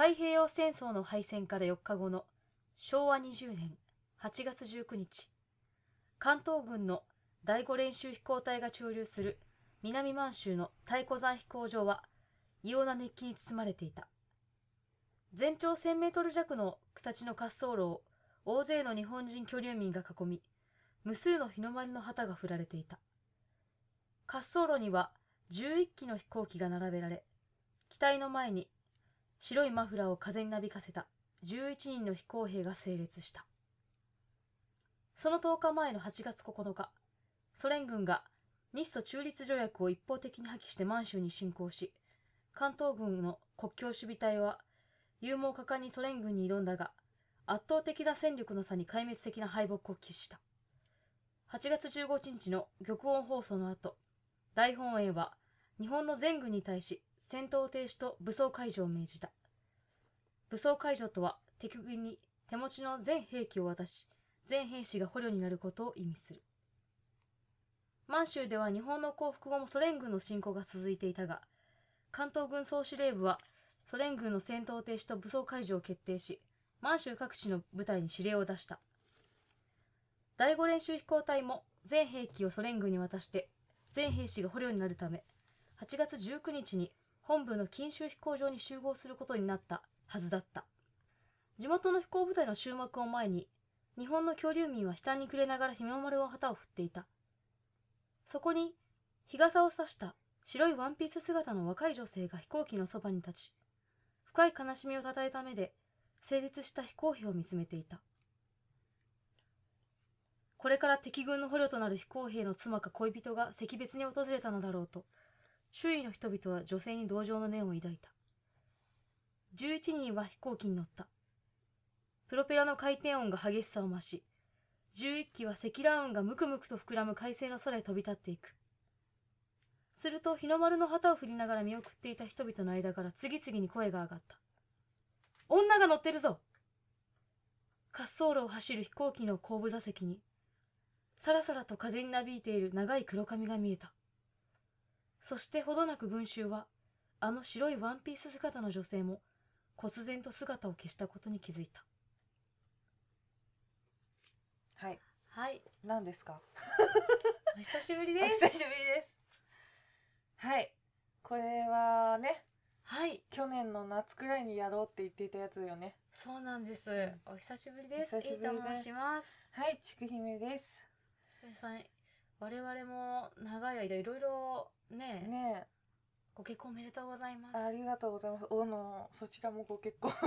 太平洋戦争の敗戦から4日後の昭和20年8月19日、関東軍の第5練習飛行隊が駐留する南満州の太鼓山飛行場は異様な熱気に包まれていた。全長1000メートル弱の草地の滑走路を大勢の日本人居留民が囲み、無数の日の丸の旗が振られていた。滑走路には11機の飛行機が並べられ、機体の前に白いマフラーを風になびかせた11人の飛行兵が整列した。その10日前の8月9日、ソ連軍が日ソ中立条約を一方的に破棄して満州に侵攻し、関東軍の国境守備隊は勇猛果敢にソ連軍に挑んだが、圧倒的な戦力の差に壊滅的な敗北を喫した。8月15日の玉音放送の後、大本営は日本の全軍に対し戦闘停止と武装解除を命じた。武装解除とは敵軍に手持ちの全兵器を渡し、全兵士が捕虜になることを意味する。満州では日本の降伏後もソ連軍の侵攻が続いていたが、関東軍総司令部はソ連軍の戦闘停止と武装解除を決定し、満州各地の部隊に指令を出した。第5練習飛行隊も全兵器をソ連軍に渡して全兵士が捕虜になるため、8月19日に本部の錦州飛行場に集合することになったはずだった。地元の飛行部隊の終幕を前に、日本の居留民は悲嘆に暮れながら日の丸の旗を振っていた。そこに日傘を差した白いワンピース姿の若い女性が飛行機のそばに立ち、深い悲しみをたたえた目で整列した飛行兵を見つめていた。これから敵軍の捕虜となる飛行兵の妻か恋人が惜別に訪れたのだろうと、周囲の人々は女性に同情の念を抱いた。11人は飛行機に乗った。プロペラの回転音が激しさを増し、11機は積乱雲がむくむくと膨らむ快晴の空へ飛び立っていく。すると日の丸の旗を振りながら見送っていた人々の間から次々に声が上がった。女が乗ってるぞ。滑走路を走る飛行機の後部座席に、さらさらと風になびいている長い黒髪が見えた。そしてほどなく群衆は、あの白いワンピース姿の女性も忽然と姿を消したことに気づいた。 はい。 はい。 何ですか？ お久しぶりです。 お久しぶりです。はい。これはね、 はい。 去年の夏くらいにやろうって言っていたやつよね。 そうなんです。お久しぶりです。 お久しぶりです。 いいと申します。 はい、ちくひめです。 我々も長い間いろいろね、ご結婚おめでとうございます。 ありがとうございます。そちらもご結婚。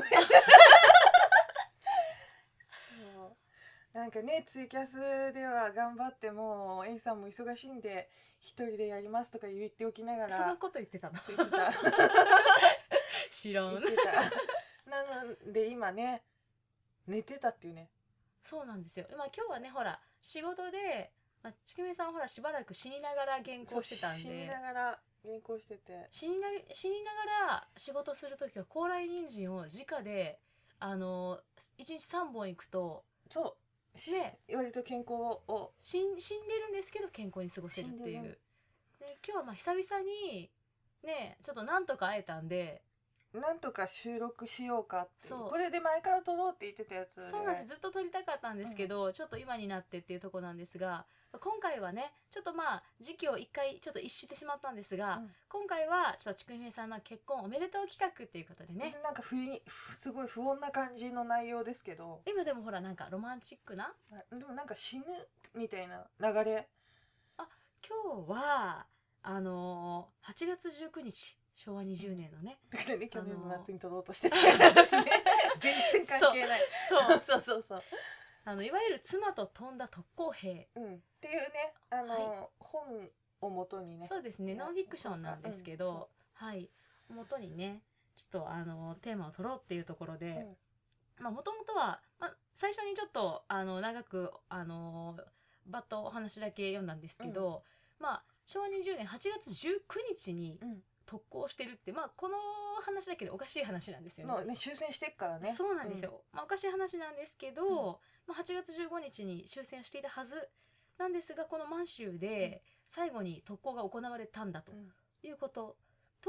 なんかね、ツイキャスでは頑張ってもエイさんも忙しいんで一人でやりますとか言っておきながら、 そんなこと言ってたの？ 言ってた。 知らん。 言ってた。なので今ね、寝てたっていうね。 そうなんですよ。今日はね、ほら仕事で、ちくめさんほらしばらく死にながら原稿してたんで、 死にながら原稿してて、 死にながら仕事するときは高麗人参を直で1日3本行くと、 そうね、 割と健康を死んでるんですけど健康に過ごせるっていう。で今日は久々にね、ちょっとなんとか会えたんで、 なんとか収録しようかっていう。これで前から撮ろうって言ってたやつで、 そうなんです。ずっと撮りたかったんですけど、ちょっと今になってっていうところなんですが、今回はねちょっと時期を一回ちょっと逸してしまったんですが、今回はちょっとちくひめさんの結婚おめでとう企画っていうことでね、 なんかすごい不穏な感じの内容ですけど、 今でもほらなんかロマンチックな、 でもなんか死ぬみたいな流れ。 今日は8月19日昭和20年のね、 だからね、去年の夏に撮ろうとしてたやつね。全然関係ない。 そういわゆる妻と飛んだ特攻兵、 っていうね、本を元にね、 そうですね、ノンフィクションなんですけど、元にねちょっとテーマを取ろうっていうところで、もともとは、最初にちょっと長くバッとお話だけ読んだんですけど、昭和20年8月19日に特攻してるって、この話だけでおかしい話なんですよね。 終戦してっからね。 そうなんですよ。おかしい話なんですけど、8月15日に終戦していたはずなんですが、この満州で最後に特攻が行われたんだということと、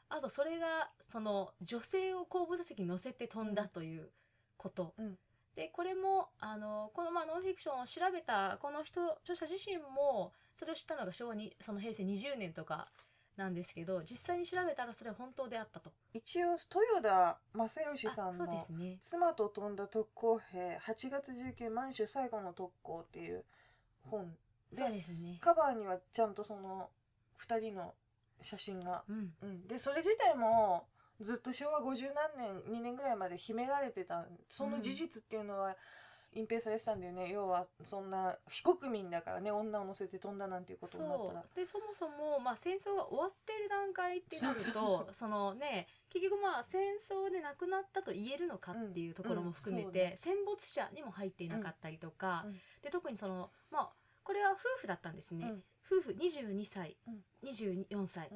あとそれがその女性を後部座席に乗せて飛んだということ、 うんでこれもこのノンフィクションを調べたこの著者自身もそれを知ったのがその平成20年とかなんですけど、実際に調べたらそれは本当であったと。 一応豊田正義さんそうでのすね。 妻と飛んだ特攻兵8月19満州最後の特攻っていう本そうで、 ですね。 カバーにはちゃんとその2人の写真が、 うんでそれ自体もずっと昭和50何年2年ぐらいまで秘められてた、その事実っていうのは隠蔽されてたんだよね、要はそんな非国民だからね、女を乗せて飛んだなんていうことになったら。 そうでそもそも、戦争が終わってる段階ってなるとそのね結局戦争で亡くなったと言えるのかっていうところも含めて、戦没者にも入っていなかったりとか、で特にそのこれは夫婦だったんですね、夫婦22歳、24歳、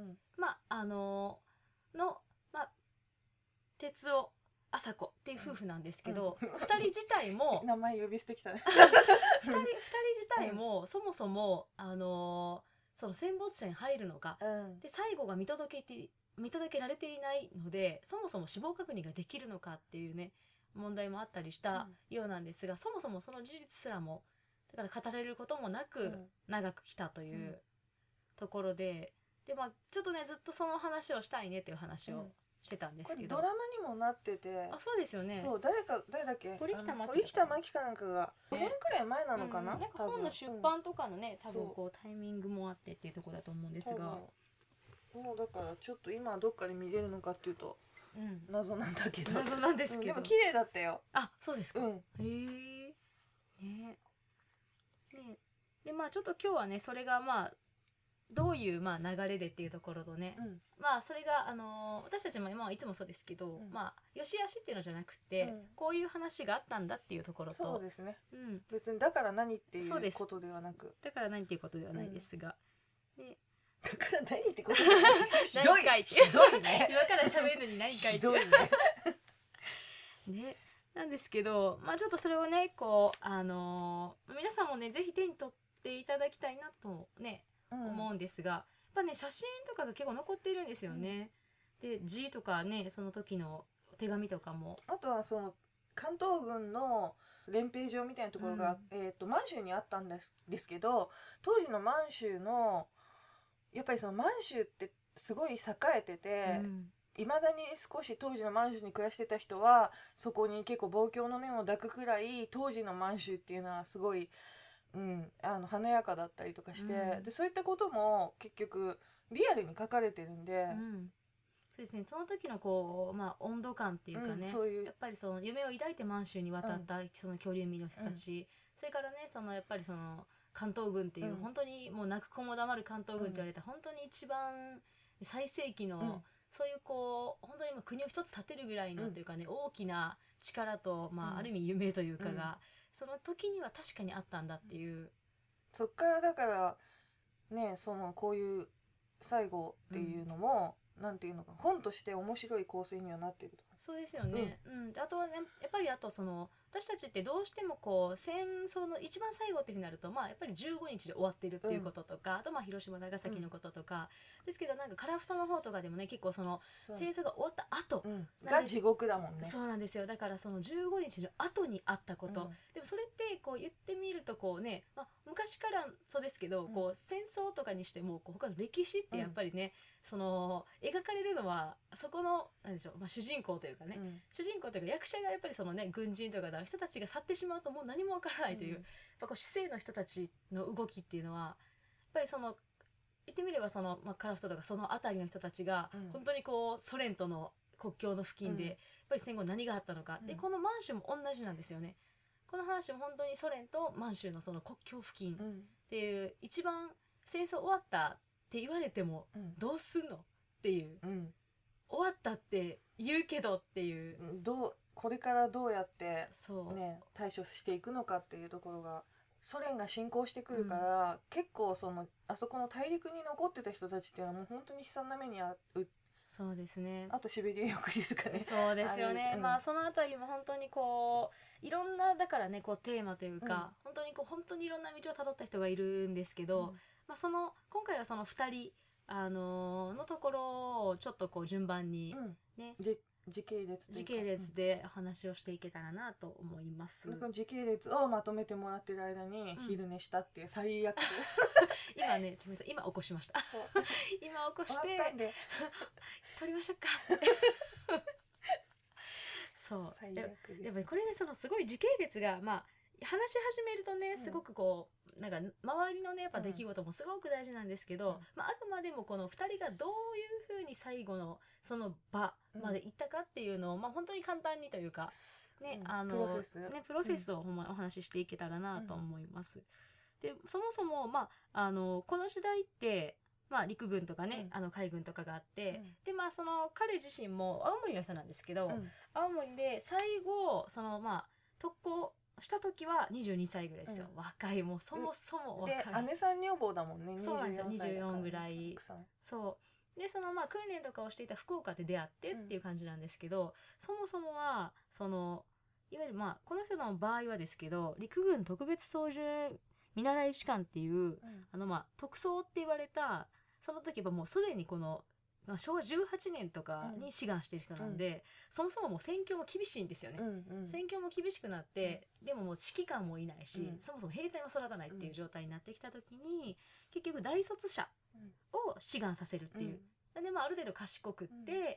哲夫麻子っていう夫婦なんですけど、2人自体も名前呼び捨てきたね二人自体も、そもそもその戦没者に入るのか、で最後が見届けられていないので、そもそも死亡確認ができるのかっていうね問題もあったりしたようなんですが、そもそもその事実すらもだから語れることもなく長く来たというところで、ちょっとねずっとその話をしたいねっていう話をしてたんですけど、 これドラマにもなってて、 そうですよね。 そう誰だっけ、 堀北真希かなんかが5年くらい前なのかな、 なんか本の出版とかのね、多分こうタイミングもあってっていうところだと思うんですが、 もうだからちょっと今どっかで見れるのかっていうと謎なんだけど、 謎なんですけど、 でも綺麗だったよ。 そうですか。へえねでちょっと今日はねそれがどういう流れでっていうところとね、それが私たちもいつもそうですけど、よしあしっていうのじゃなくて、こういう話があったんだっていうところと、 そうですね、別にだから何っていうことではなく、 だから何っていうことではないですが、 だから何ってことじゃないひどいね今から喋るのに何回ってひどいねねなんですけど、ちょっとそれをねこう皆さんもねぜひ手に取っていただきたいなとね思うんですが、やっぱね写真とかが結構残っているんですよね、で字とかねその時の手紙とかも、 あとはその関東軍の練兵場みたいなところが、満州にあったんですけど、当時の満州のやっぱりその満州ってすごい栄えてて、いまだに少し当時の満州に暮らしてた人はそこに結構望郷の念を抱くくらい当時の満州っていうのはすごい、華やかだったりとかして、でそういったことも結局リアルに書かれてるんで、 そうですね、その時のこう、温度感っていうかね、 そういうやっぱりその夢を抱いて満州に渡ったその居留民の人たち、それからねそのやっぱりその関東軍っていう、本当にもう泣く子も黙る関東軍って言われた、本当に一番最盛期の、そういうこう本当に国を一つ立てるぐらいのっていうかね、大きな力と、ある意味夢というかが、その時には確かにあったんだっていう、 そっからだからね、そのこういう最後っていうのも、なんていうのか、本として面白い構成にはなってると。 そうですよね、あとはねやっぱりその私たちってどうしてもこう戦争の一番最後っていうふうになると、やっぱり15日で終わってるっていうこととか、あと広島長崎のこととか、ですけどなんか樺太の方とかでもね結構その戦争が終わった後、 が地獄だもんね。 そうなんですよ。だからその15日の後にあったこと、でもそれってこう言ってみるとこうね、昔からそうですけど、こう戦争とかにしてもこう他の歴史ってやっぱりね、その描かれるのはそこのなんでしょう、主人公というかね、主人公というか役者がやっぱりそのね軍人とか人たちが去ってしまうともう何もわからないという、やっぱこう市政の人たちの動きっていうのはやっぱりその言ってみればその樺太とかその辺りの人たちが本当にこうソ連との国境の付近でやっぱり戦後何があったのか、でこの満州も同じなんですよね。この話も本当にソ連と満州のその国境付近っていう、一番戦争終わったって言われてもどうすんのっていう、終わったって言うけどっていう、 これからどうやってそうね対処していくのかっていうところが、ソ連が侵攻してくるから、結構そのあそこの大陸に残ってた人たちっていうのはもう本当に悲惨な目に遭う。 そうですね。 あとシベリア抑留とかね。 そうですよね。そのあたりも本当にこういろんなだからねこうテーマというか、本当にいろんな道をたどった人がいるんですけど、その今回はその2人のところをちょっとこう順番にね、 時系列で話をしていけたらなと思います。 この時系列をまとめてもらってる間に昼寝したっていう最悪今ね、ちょっと今起こしました今起こして撮りましょうかそう最悪です。 でもこれね、そのすごい時系列がまあ話し始めるとね、すごくこうなんか周りのねやっぱ出来事もすごく大事なんですけど、まあ、あくまでもこの2人がどういうふうに最後のその場まで行ったかっていうのを、まあ、本当に簡単にというか、ねプロセスをお話ししていけたらなと思います。でそもそも、まあ、この時代ってまあ、陸軍とかね、海軍とかがあって、でまあその彼自身も青森の人なんですけど、青森で最後そのまあ特攻した時は22歳ぐらいですよ、若い、もうそもそも若い、 で姉さん女房だもんね。 そうなんですよ、24ぐらい。 そうでそのまあ訓練とかをしていた福岡で出会ってっていう感じなんですけど、そもそもはそのいわゆるまあこの人の場合はですけど、陸軍特別操縦見習い士官っていう、まあ特捜って言われた、その時はもうすでにこの、まあ、昭和18年とかに志願してる人なんで、そもそももう戦況も厳しいんですよね、戦況も厳しくなって、でももう指揮官もいないし、そもそも兵隊も育たないっていう状態になってきた時に、結局大卒者を志願させるっていう、でまあ、ある程度賢くって、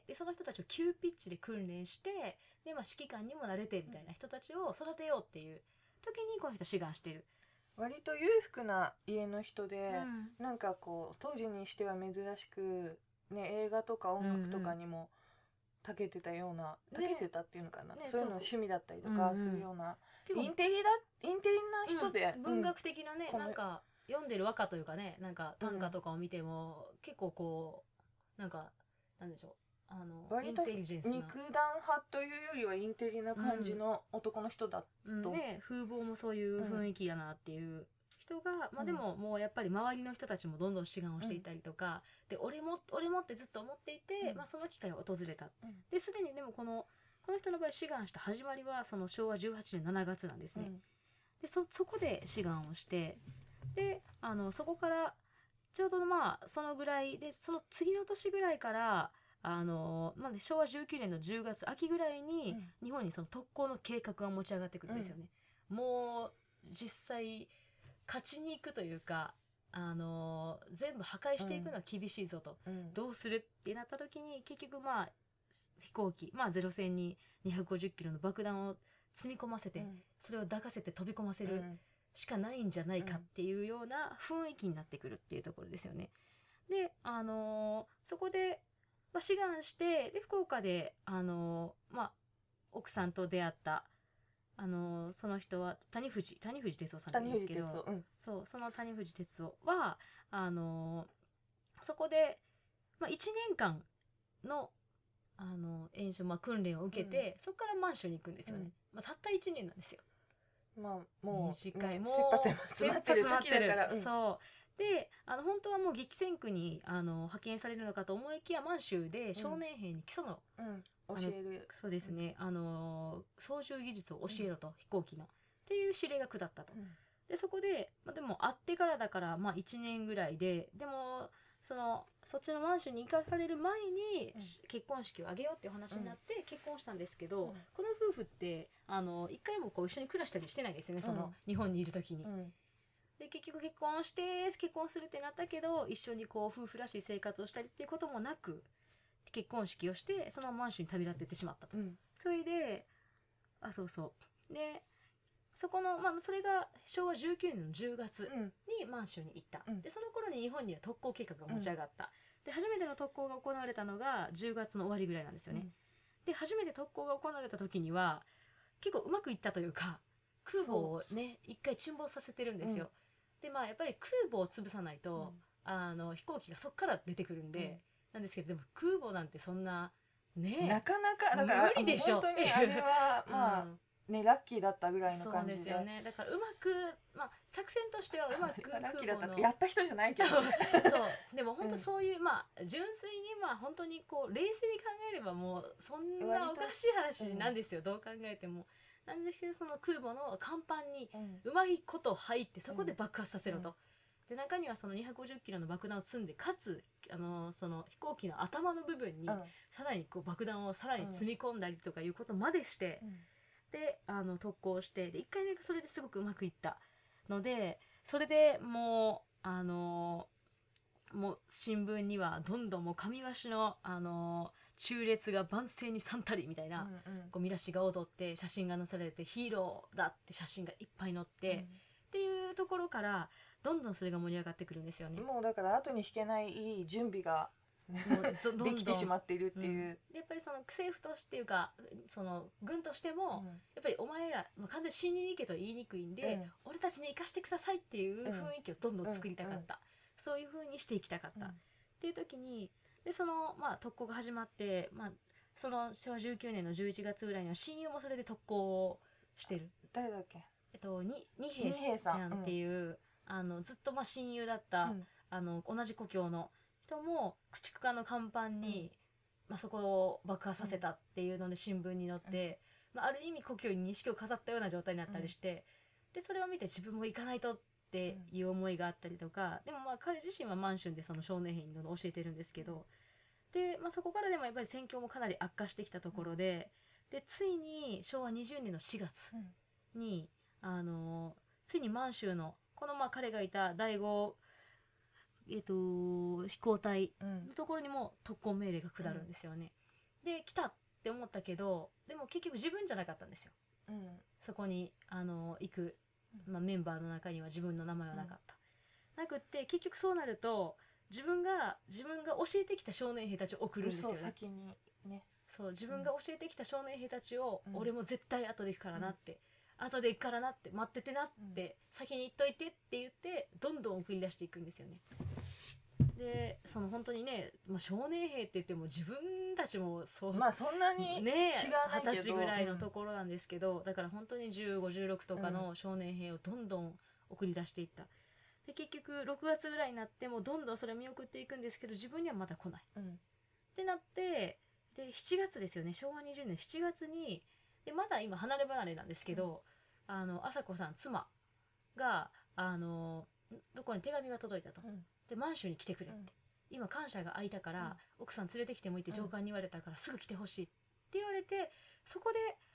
でその人たちを急ピッチで訓練して、で、まあ、指揮官にもなれてみたいな人たちを育てようっていう時にこの人志願してる。 割と裕福な家の人で、なんかこう当時にしては珍しく、ね、映画とか音楽とかにも長けてたような、長けてたっていうのかな、そういうの趣味だったりとかするような、インテリな人で、 文学的なね、なんか読んでる和歌というかね、なんか短歌とかを見ても、結構こうなんかなんでしょう、 割と肉弾派というよりはインテリな感じの男の人だと、 ね、風貌もそういう雰囲気だなっていう人が、まあでももうやっぱり周りの人たちもどんどん志願をしていたりとか、で俺もってずっと思っていて、まあ、その機会を訪れた、ですでにでもこの人の場合志願した始まりはその昭和18年7月なんですね、でそこで志願をして、でそこからちょうどまあそのぐらいで、その次の年ぐらいからまあ、昭和19年の10月秋ぐらいに、日本にその特攻の計画が持ち上がってくるんですよね、もう実際勝ちに行くというか、全部破壊していくのは厳しいぞと、どうするってなった時に、結局まあ飛行機、まあ、ゼロ戦に250キロの爆弾を積み込ませて、それを抱かせて飛び込ませるしかないんじゃないかっていうような雰囲気になってくるっていうところですよね。で、そこでまあ、志願して、で福岡でまあ、奥さんと出会ったその人は谷藤哲夫さんなんですけど、そうその谷藤哲夫はそこで、まあ、1年間の演習、まあ、訓練を受けて、そこから満州に行くんですよね、まあ、たった1年なんですよ。 まあもう短い、もう切羽詰まってる時だから、 そうで本当はもう激戦区に派遣されるのかと思いきや、満州で少年兵に基礎の、 教える、 そうですね、操縦技術を教えろと、飛行機のっていう指令が下ったと、でそこで、まあ、でも会ってからだから、まあ、1年ぐらいで、でもそっちの満州に行かれる前に、結婚式を挙げようっていう話になって結婚したんですけど、この夫婦って一回もこう一緒に暮らしたりしてないんですよね、その日本にいる時に。で結局結婚するってなったけど、一緒にこう夫婦らしい生活をしたりっていうこともなく、結婚式をしてその満州に旅立ってってしまったと、それででそこの、まあ、それが昭和19年の10月に満州に行った、でその頃に日本には特攻計画が持ち上がった、で初めての特攻が行われたのが10月の終わりぐらいなんですよね、で初めて特攻が行われた時には結構うまくいったというか、空母をね一回沈没させてるんですよ、でまあやっぱり空母を潰さないと、飛行機がそっから出てくるんで、なんですけど、でも空母なんてそんねなかなかだから無理でしょ、 本当にあれはまあ、ね、ラッキーだったぐらいの感じで。 そうですよね。だからうまく、まあ、作戦としてはうまくラッキーだったってやった人じゃないけどそうでも本当そういう、まあ純粋にまあ本当にこう冷静に考えればもうそんなおかしい話なんですよ、どう考えても。なんですけど、その空母の甲板にうまいこと入って、そこで爆発させろと、 で中にはその250キロの爆弾を積んで、かつその飛行機の頭の部分にさらにこう爆弾をさらに積み込んだりとかいうことまでして、で特攻して、で1回目がそれですごくうまくいったので、それでもうもう新聞にはどんどんもう神鷲の中列が万世に三たりみたいな、こう見出しが踊って写真が載せられて、ヒーローだって写真がいっぱい載って、っていうところからどんどんそれが盛り上がってくるんですよね。 もうだから後に引けないいい準備ができてしまっているっていう、 でやっぱりその政府としていうか、その軍としても、やっぱりお前ら、完全に死にに行けと言いにくいんで、俺たちに生かしてくださいっていう雰囲気をどんどん作りたかった、そういう風にしていきたかった、っていう時に、でその特攻が始まって、その昭和19年の11月ぐらいには親友もそれで特攻をしてる。 誰だっけ？ 二平さんっていう、ずっと親友だった、同じ故郷の人も駆逐艦の甲板に、そこを爆破させたっていうので新聞に載って、ある意味故郷に錦を飾ったような状態になったりして、でそれを見て自分も行かないとっていう思いがあったりとか、でも彼自身は満州でその少年兵に教えてるんですけど、で、そこからでもやっぱり戦況もかなり悪化してきたところで、でついに昭和20年の4月に、ついに満州のこの彼がいた第5、飛行隊のところにも特攻命令が下るんですよね。で来たって思ったけど、でも結局自分じゃなかったんですよ。そこに行く、メンバーの中には自分の名前はなかった、なくって、結局そうなると自分が教えてきた少年兵たちを送るんですよね。 先にね、 そう自分が教えてきた少年兵たちを、俺も絶対後で行くからなって、後で行くからなって、待っててなって、先に行っといてって言ってどんどん送り出していくんですよね。でその本当にね、少年兵って言っても自分たちもそんなに違わないけど、 20歳ぐらいのところなんですけど、だから本当に15、16とかの少年兵をどんどん送り出していった。で結局6月ぐらいになってもどんどんそれを見送っていくんですけど、自分にはまだ来ない、ってなって、で7月ですよね、昭和20年7月に、でまだ今離れ離れなんですけど、朝子さん妻がどこに手紙が届いたと、で満州に来てくれって、今感謝が空いたから、奥さん連れてきてもいいって上官に言われたから、すぐ来てほしいって言われて、そこで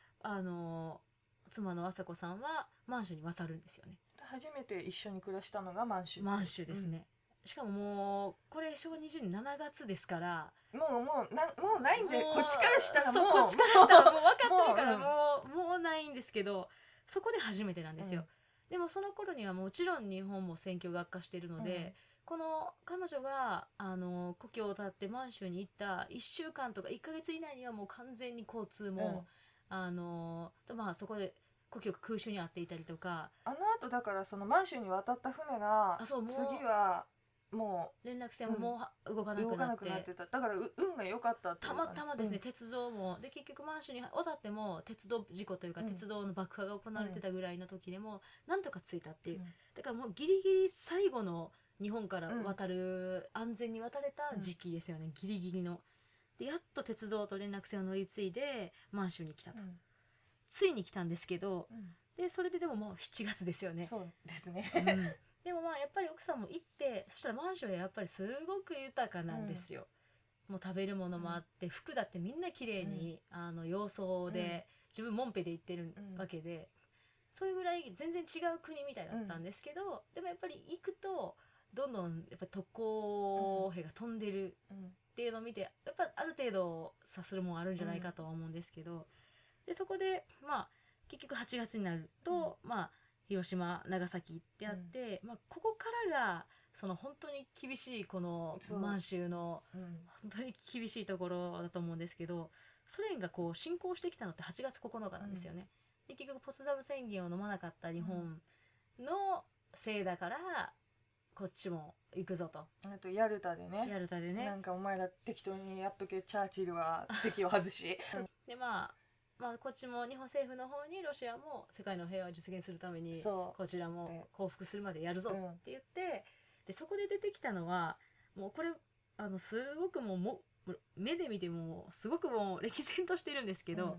妻の朝子さんは満州に渡るんですよね。 初めて一緒に暮らしたのが満州ですね、しかももうこれ昭和20年7月ですから、 もうないんで、こっちからしたらもうこっちからしたらもう分かってるからもうないんですけど、そこで初めてなんですよ。でもその頃にはもちろん日本も戦況が悪化しているので、この彼女が故郷を去って満州に行った1週間とか1ヶ月以内にはもう完全に交通も、そこで故郷が空襲に遭っていたりとか、 後だからその満州に渡った船が次はもう連絡船ももう動かなくなってた。だから運が良かったってたまたまですね、鉄道もで結局満州に渡っても鉄道事故というか、鉄道の爆破が行われてたぐらいの時でもなんとか着いたっていう、だからもうギリギリ最後の日本から渡る、安全に渡れた時期ですよね、ギリギリの。でやっと鉄道と連絡船を乗り継いで満州に来たと、ついに来たんですけど、でそれででももう7月ですよね。 そうですね、 でもやっぱり奥さんも行って、そしたら満州はやっぱりすごく豊かなんですよ、もう食べるものもあって、服だってみんな綺麗に、洋装で、自分モンペで行ってるわけで、そういうぐらい全然違う国みたいだったんですけど、でもやっぱり行くとどんどんやっぱ特攻兵が飛んでるっていうのを見て、やっぱある程度察するものあるんじゃないかとは思うんですけど、でそこで結局8月になると、広島長崎ってあって、ここからがその本当に厳しいこの満州の本当に厳しいところだと思うんですけど、ソ連がこう侵攻してきたのって8月9日なんですよね。で結局ポツダム宣言を飲まなかった日本のせいだから、こっちも行くぞと。 あとヤルタでね、なんかお前ら適当にやっとけ、チャーチルは席を外しでこっちも日本政府の方にロシアも世界の平和を実現するためにこちらも降伏するまでやるぞって言って、でそこで出てきたのはもうこれすごくもう目で見てもすごくもう歴然としてるんですけど、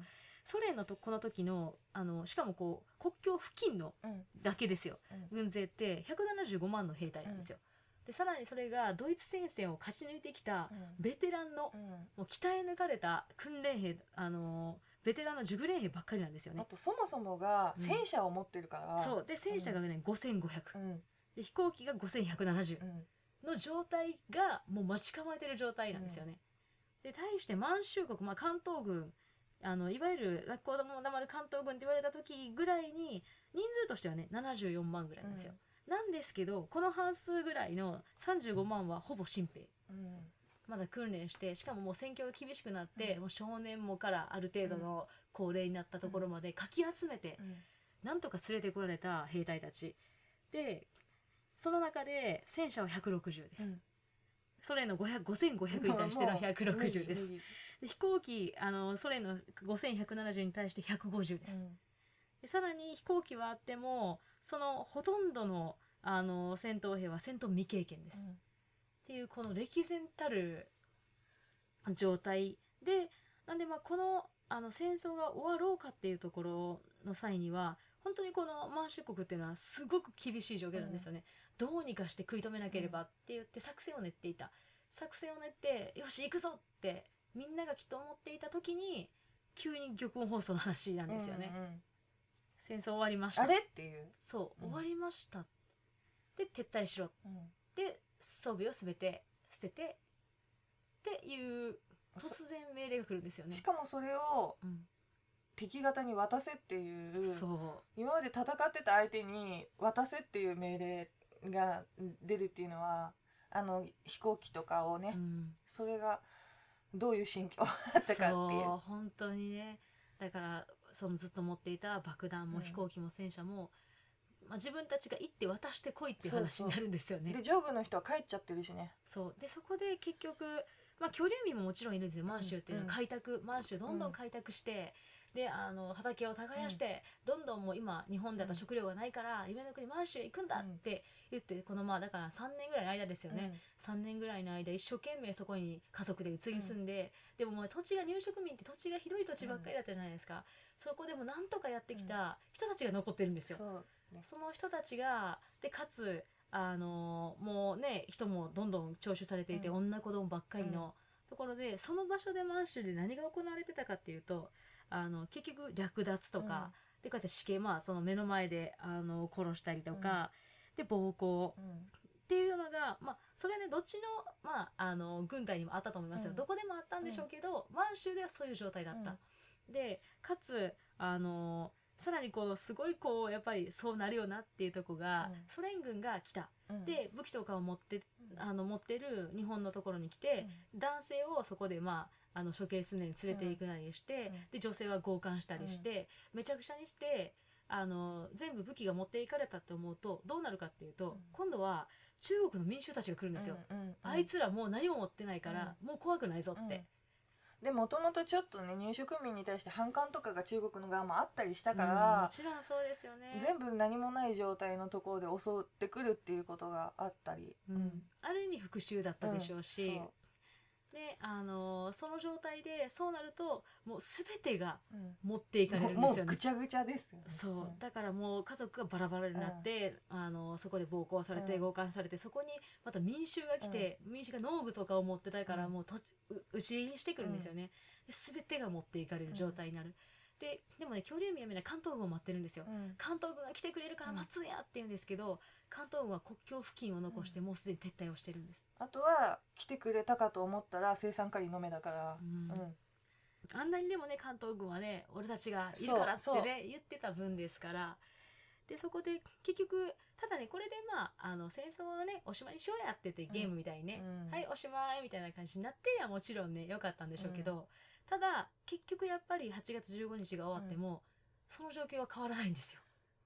ソ連のこの時のしかもこう国境付近のうんだけですよ、 うん軍勢って175万の兵隊なんですよ、でさらにそれがドイツ戦線を勝ち抜いてきたベテランの、 うんもう鍛え抜かれた訓練兵、ベテランの熟練兵ばっかりなんですよね。 あとそもそもが戦車を持ってるから、 そうで戦車がね、5500、 うんで飛行機が5170 うんの状態がもう待ち構えてる状態なんですよね。で対して満州国、関東軍、いわゆる子供の黙る関東軍って言われた時ぐらいに人数としてはね74万ぐらいなんですよ、なんですけどこの半数ぐらいの35万はほぼ新兵、 うんまだ訓練して、しかももう戦況が厳しくなって、 うんもう少年もからある程度の高齢になったところまでかき集めて、なんとか連れてこられた兵隊たちで、その中で戦車は160です、ソ連の5500に対しての160です。で飛行機ソ連の5170に対して150です、でさらに飛行機はあってもそのほとんどの戦闘兵は戦闘未経験です、っていうこの歴然たる状態で、なんでこの戦争が終わろうかっていうところの際には本当にこの満州国っていうのはすごく厳しい状況なんですよね、どうにかして食い止めなければって言って作戦を練っていた、作戦を練ってよし行くぞってみんながきっと思っていた時に急に玉音放送の話なんですよね、戦争終わりました、 あれっていう、 そう、終わりましたで撤退しろで装備を全て捨ててっていう突然命令が来るんですよね。 しかもそれを敵方に渡せっていう、 そ今まで戦ってた相手に渡せっていう命令が出るっていうのは飛行機とかをね、それがどういう心境だったかっていう。 そう本当にね、だからそのずっと持っていた爆弾も飛行機も戦車も、自分たちが行って渡してこいっていう話になるんですよね。 で上部の人は帰っちゃってるしね。 そうでそこで結局、居留民ももちろんいるんですよ。満州っていうのは開拓、満州どんどん開拓して、で畑を耕して、どんどんもう今日本だと食料がないから、夢の国満州へ行くんだって言って、このだから3年ぐらいの間ですよね、3年ぐらいの間一生懸命そこに家族で移り住んで、でももう土地が入植民って土地がひどい土地ばっかりだったじゃないですか、そこでもなんとかやってきた人たちが残ってるんですよ、その人たちがでかつもうね人もどんどん徴収されていて、女子供ばっかりのところで、その場所で満州で何が行われてたかっていうと、結局略奪とか、でこうやって死刑、その目の前で殺したりとか、で暴行、っていうのが、それはねどっちの、軍隊にもあったと思いますよ、どこでもあったんでしょうけど、満州ではそういう状態だった、でかつさらにすごいやっぱりそうなるよなっていうとこが、ソ連軍が来た、で武器とかを持ってる日本のところに来て、男性をそこで処刑するのに連れて行くなりして、で女性は強姦したりして、めちゃくちゃにして全部武器が持っていかれたって思うとどうなるかっていうと、今度は中国の民衆たちが来るんですよ、あいつらもう何も持ってないから、もう怖くないぞって、 でもともとちょっとね入植民に対して反感とかが中国の側もあったりしたから、 もちろんそうですよね、 全部何もない状態のところで襲ってくるっていうことがあったり、 ある意味復讐だったでしょうし、でその状態でそうなるともう全てが持っていかれるんですよね、 もうぐちゃぐちゃですよね。 そうだからもう家族がバラバラになって、そこで暴行されて強姦されて、そこにまた民衆が来て、民衆が農具とかを持ってたからもう討ち入りしてくるんですよね、で全てが持っていかれる状態になる、でもね居留民はみんな関東軍を待ってるんですよ、関東軍が来てくれるから待つんやって言うんですけど、関東軍は国境付近を残してもうすでに撤退をしてるんです、 あとは来てくれたかと思ったら生産カリの目だから、 あんなにでもね関東軍はね俺たちがいるからってね言ってた分ですから、でそこで結局ただねこれで戦争をねおしまいにしようやっててゲームみたいにね、はいおしまいみたいな感じになってやもちろんね良かったんでしょうけど、ただ結局やっぱり8月15日が終わっても、その状況は変わらないんですよ。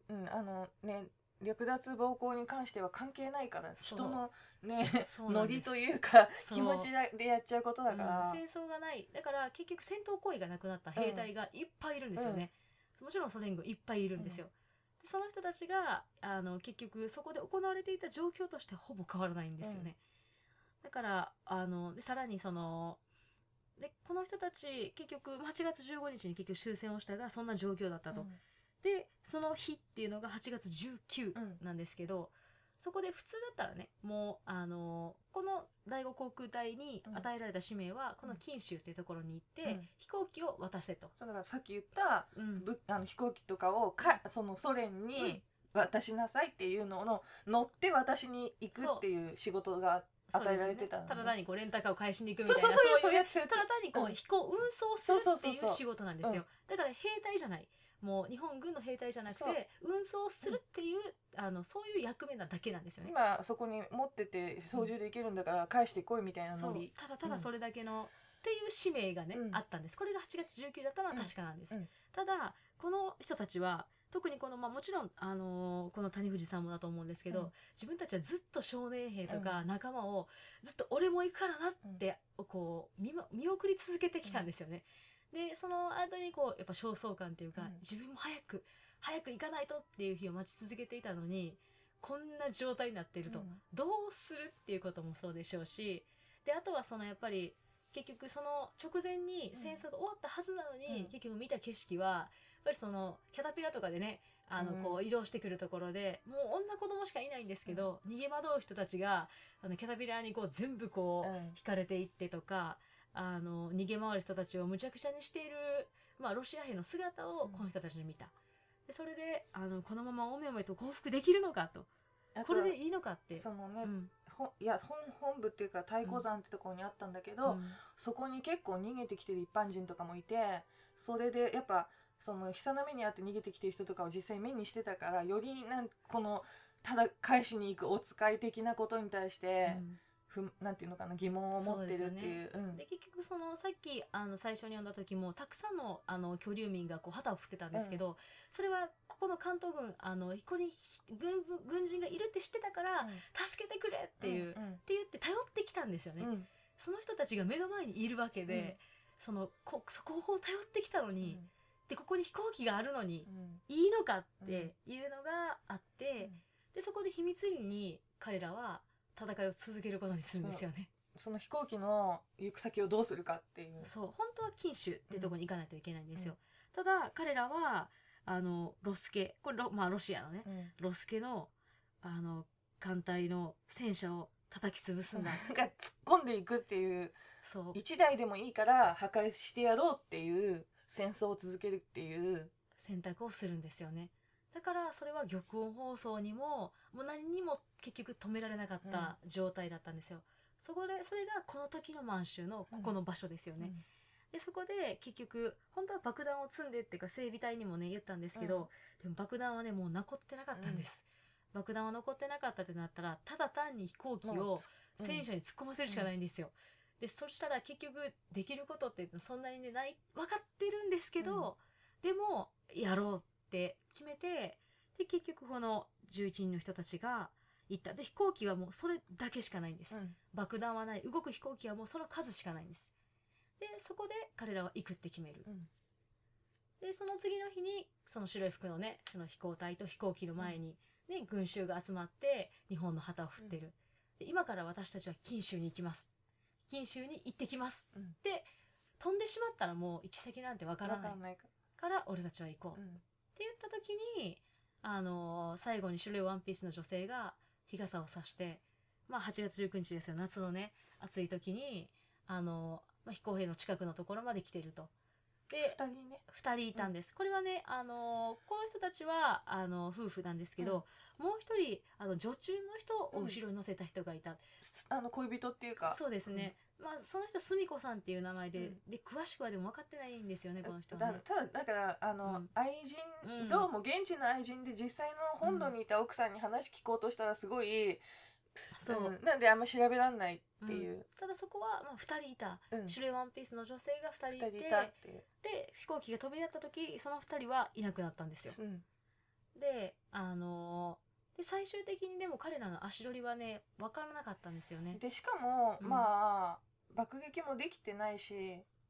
略奪暴行に関しては関係ないから、人のねノリというか気持ちでやっちゃうことだから、 戦争がないだから結局戦闘行為がなくなった兵隊がいっぱいいるんですよね、もちろんソ連軍いっぱいいるんですよ、でその人たちが結局そこで行われていた状況としてほぼ変わらないんですよね、だからでさらにでこの人たち結局8月15日に結局終戦をしたがそんな状況だったと、 うんでその日っていうのが8月19なんですけど、そこで普通だったらねもうこの第5航空隊に与えられた使命は、この錦州っていうところに行って、飛行機を渡せと。 そうだからさっき言った、飛行機とかをそのソ連に渡しなさいっていうのの乗って渡しに行くっていう仕事が与えられてたのね。 ただ単にこうレンタカーを返しに行くみたいな、 そういうやつただ単にこう運送するっていう仕事なんですよ。だから兵隊じゃない、もう日本軍の兵隊じゃなくて運送するっていう、そういう役目なだけなんですよね。 今そこに持ってて操縦できるんだから返してこいみたいなノリ、 ただただそれだけの、っていう使命がね、あったんです。これが8月19だったのは確かなんです、ただこの人たちは特にこの、もちろん、この谷藤さんもだと思うんですけど、自分たちはずっと少年兵とか仲間をずっと俺も行くからなってこう見送り続けてきたんですよね。でその間にこうやっぱ焦燥感っていうか、自分も早く行かないとっていう日を待ち続けていたのにこんな状態になっていると、どうするっていうこともそうでしょうし、であとはそのやっぱり結局その直前に戦争が終わったはずなのに、結局見た景色はやっぱりそのキャタピラとかでねこう移動してくるところでもう女子供しかいないんですけど、逃げ惑う人たちがキャタピラにこう全部こう引かれていってとか、逃げ回る人たちをむちゃくちゃにしている、ロシア兵の姿をこの人たちに見た。でそれでこのままおめおめと降伏できるのかと、これでいいのかって、 そのね、本部っていうか太鼓山ってところにあったんだけど、そこに結構逃げてきてる一般人とかもいて、それでやっぱその悲惨な目にあって逃げてきてる人とかを実際目にしてたから、よりこのただ返しに行くお使い的なことに対して、なんていうのかな、疑問を持ってるっていう。 で結局そのさっき最初に読んだ時もたくさんの居留民がこう旗を振ってたんですけど、それはここの関東軍ここに軍人がいるって知ってたから、助けてくれっていう、って言って頼ってきたんですよね。その人たちが目の前にいるわけで、そこを頼ってきたのに、でここに飛行機があるのに、いいのかっていうのがあって、でそこで秘密裏に彼らは戦いを続けることにするんですよね。 その飛行機の行く先をどうするかっていう。 そう本当は錦州ってとこに行かないといけないんですよ。ただ彼らはロスケ、これロシアのね、ロスケの艦隊の戦車を叩き潰すんだが突っ込んでいくっていう、そう1台でもいいから破壊してやろうっていう戦争を続けるっていう選択をするんですよね。だからそれは玉音放送にも何にも結局止められなかった状態だったんですよ。それがこの時の満州のここの場所ですよね。でそこで結局本当は爆弾を積んでっていうか整備隊にもね言ったんですけど、でも爆弾はねもう残ってなかったんです。爆弾は残ってなかったってなったらただ単に飛行機を戦車に突っ込ませるしかないんですよ。でそしたら結局できることってそんなにねない分かってるんですけど、でもやろうって決めて、で結局この11人の人たちが行った。で飛行機はもうそれだけしかないんです、爆弾はない、動く飛行機はもうその数しかないんです。でそこで彼らは行くって決める、でその次の日にその白い服のねその飛行隊と飛行機の前に、ね群衆が集まって日本の旗を振ってる、で今から私たちは錦州に行きます、錦州に行ってきます、で飛んでしまったらもう行き先なんてわからないから俺たちは行こう、って言った時に最後に白いワンピースの女性が日傘を差して、8月19日ですよ、夏のね暑い時に飛行兵の近くのところまで来てると。で2人いたんです、これはねこの人たちは夫婦なんですけど、もう一人女中の人を後ろに乗せた人がいた、 恋人っていうか、 そうですね、その人は澄子さんっていう名前で、詳しくはでも分かってないんですよねこの人はね。 ただだから愛人、どうも現地の愛人で実際の本土にいた奥さんに話聞こうとしたらすごい、なんであんま調べらんないっていう、 ただそこは2人いた、白いワンピースの女性が2人いて、で飛行機が飛び立った時その2人はいなくなったんですよ、で最終的にでも彼らの足取りはね分からなかったんですよね。 でしかも、爆撃もできてないし、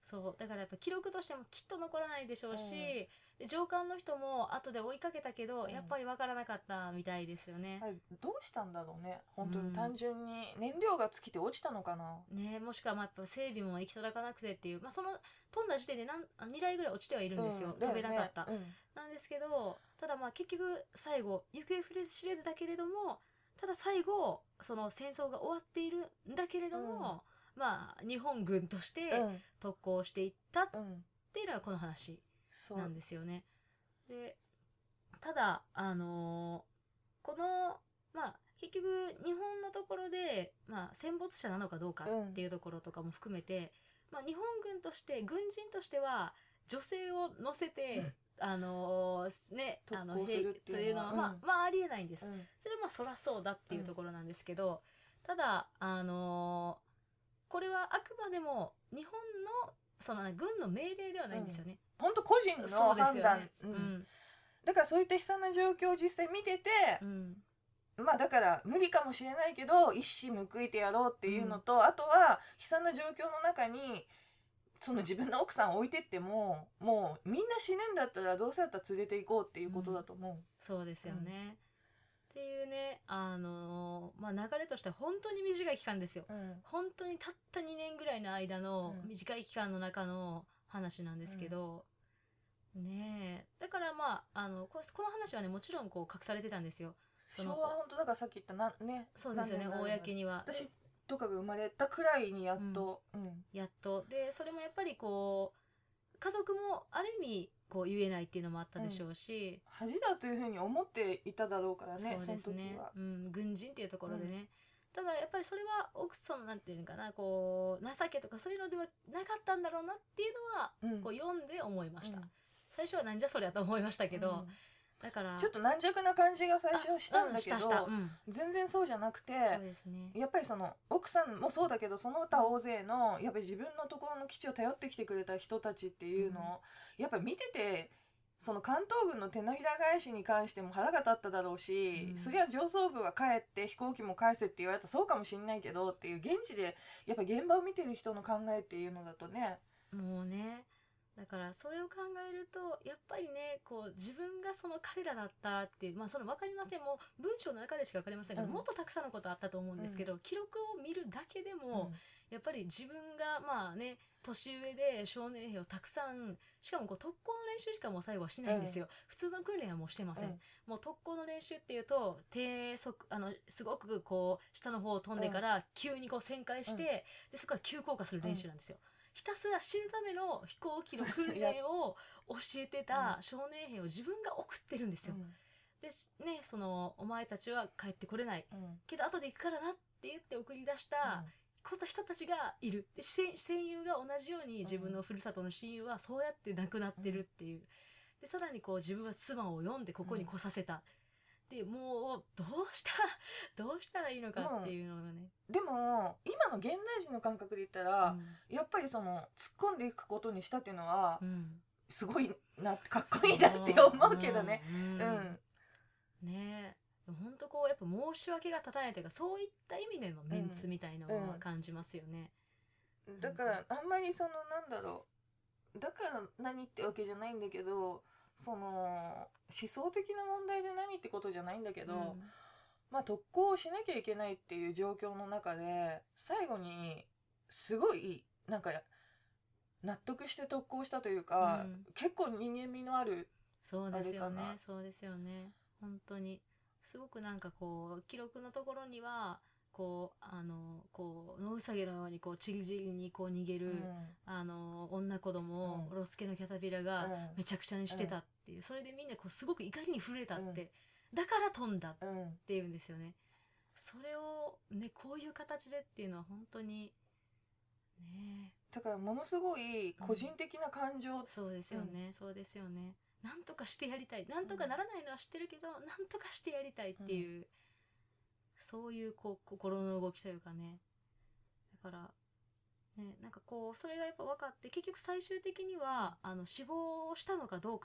そうだからやっぱ記録としてもきっと残らないでしょうし、 うんで上官の人も後で追いかけたけど、 うんやっぱり分からなかったみたいですよね。 あれどうしたんだろうね本当うんに単純に燃料が尽きて落ちたのかな。 ね、もしくはまあやっぱ整備も行き届かなくてっていう、まあ、その飛んだ時点で2台ぐらい落ちてはいるんですよ、飛べなかった、 だよねなんですけど、ただまあ結局最後行方知れずだけれども、ただ最後その戦争が終わっているんだけれども、まあ日本軍として特攻していったっうんていうのがこの話そうなんですよね。でただこのまあ結局日本のところで、まあ、戦没者なのかどうかっていうところとかも含めて、まあ、日本軍として軍人としては女性を乗せてね特攻するっていうのはまあありえないんです、 うんそれはまあそらそうだっていうところなんですけど、ただこれはあくまでも日本のその軍の命令ではないんですよね、 本当個人のそうですよね判断、 うんだからそういった悲惨な状況を実際見てて、 うんまあだから無理かもしれないけど一矢報いてやろうっていうのと、あとは悲惨な状況の中にその自分の奥さんを置いてってももうみんな死ぬんだったらどうせだったら連れて行こうっていうことだと思う。 そうですよね、っていうねまあ、流れとしては本当に短い期間ですよ、本当にたった2年ぐらいの間の短い期間の中の話なんですけど、ねえだからまあこの話はねもちろんこう隠されてたんですよ。 昭和本当だからさっき言ったねそうですよね、公には私とかが生まれたくらいにやっと、 やっとでそれもやっぱりこう家族もある意味こう言えないっていうのもあったでしょうし、 恥だというふうに思っていただろうからね、 そうですね、 その時は、 軍人っていうところでね、ただやっぱりそれは奥さんなんていうのかなこう情けとかそういうのではなかったんだろうなっていうのは、こう読んで思いました、最初はなんじゃそりゃと思いましたけど、だからちょっと軟弱な感じが最初したんだけど、全然そうじゃなくて、 そうですね、 やっぱりその奥さんもそうだけどその他大勢のやっぱり自分のところの基地を頼ってきてくれた人たちっていうのを、やっぱり見ててその関東軍の手のひら返しに関しても腹が立っただろうし、そりゃ上層部は帰って飛行機も返せって言われたらそうかもしんないけどっていう現地でやっぱ現場を見てる人の考えっていうのだとね、 もうねだからそれを考えるとやっぱりねこう自分がその彼らだったっていう、まあその分かりません、もう文章の中でしか分かりませんけど、もっとたくさんのことあったと思うんですけど、記録を見るだけでも、やっぱり自分がまあね年上で少年兵をたくさん、しかもこう特攻の練習しかもう最後はしないんですよ、普通の訓練はもうしてません、もう特攻の練習っていうと低速すごくこう下の方を飛んでから急にこう旋回して、でそこから急降下する練習なんですよ、ひたすら死ぬための飛行機の訓練を教えてた少年兵を自分が送ってるんですよ、でねそのお前たちは帰ってこれない、けど後で行くからなって言って送り出した人たちがいる、で戦友が同じように自分のふるさとの親友はそうやって亡くなってるっていう、でさらにこう自分は妻を呼んでここに来させた、でもうどうしたらいいのかっていうのがね、 でも今の現代人の感覚で言ったら、やっぱりその突っ込んでいくことにしたっていうのは、すごいなかっこいいなって思うけどね。 ねえほんとこうやっぱ申し訳が立たないというか、そういった意味でのメンツみたいのは感じますよね、 だからあんまりそのなんだろう、だから何ってわけじゃないんだけど、その思想的な問題で何ってことじゃないんだけど、まあ特攻をしなきゃいけないっていう状況の中で最後にすごいなんか納得して特攻したというか、結構人間味のある、 そうですよね、そうですよね、本当にすごくなんかこう記録のところにはこう野ウサギのようにこうちりぢりにこう逃げる、女子供をロスケのキャタピラがめちゃくちゃにしてたっていう、それでみんなこうすごく怒りに震えたって、だから飛んだっていうんですよね、それをねこういう形でっていうのは本当にね、 だからものすごい個人的な感情、 そうですよね、そうですよね、なんとかしてやりたい、なんとかならないのは知ってるけど、なんとかしてやりたいっていう、そういうこう心の動きというかね、だからね、なんかこうそれがやっぱ分かって結局最終的には死亡したのかどうか、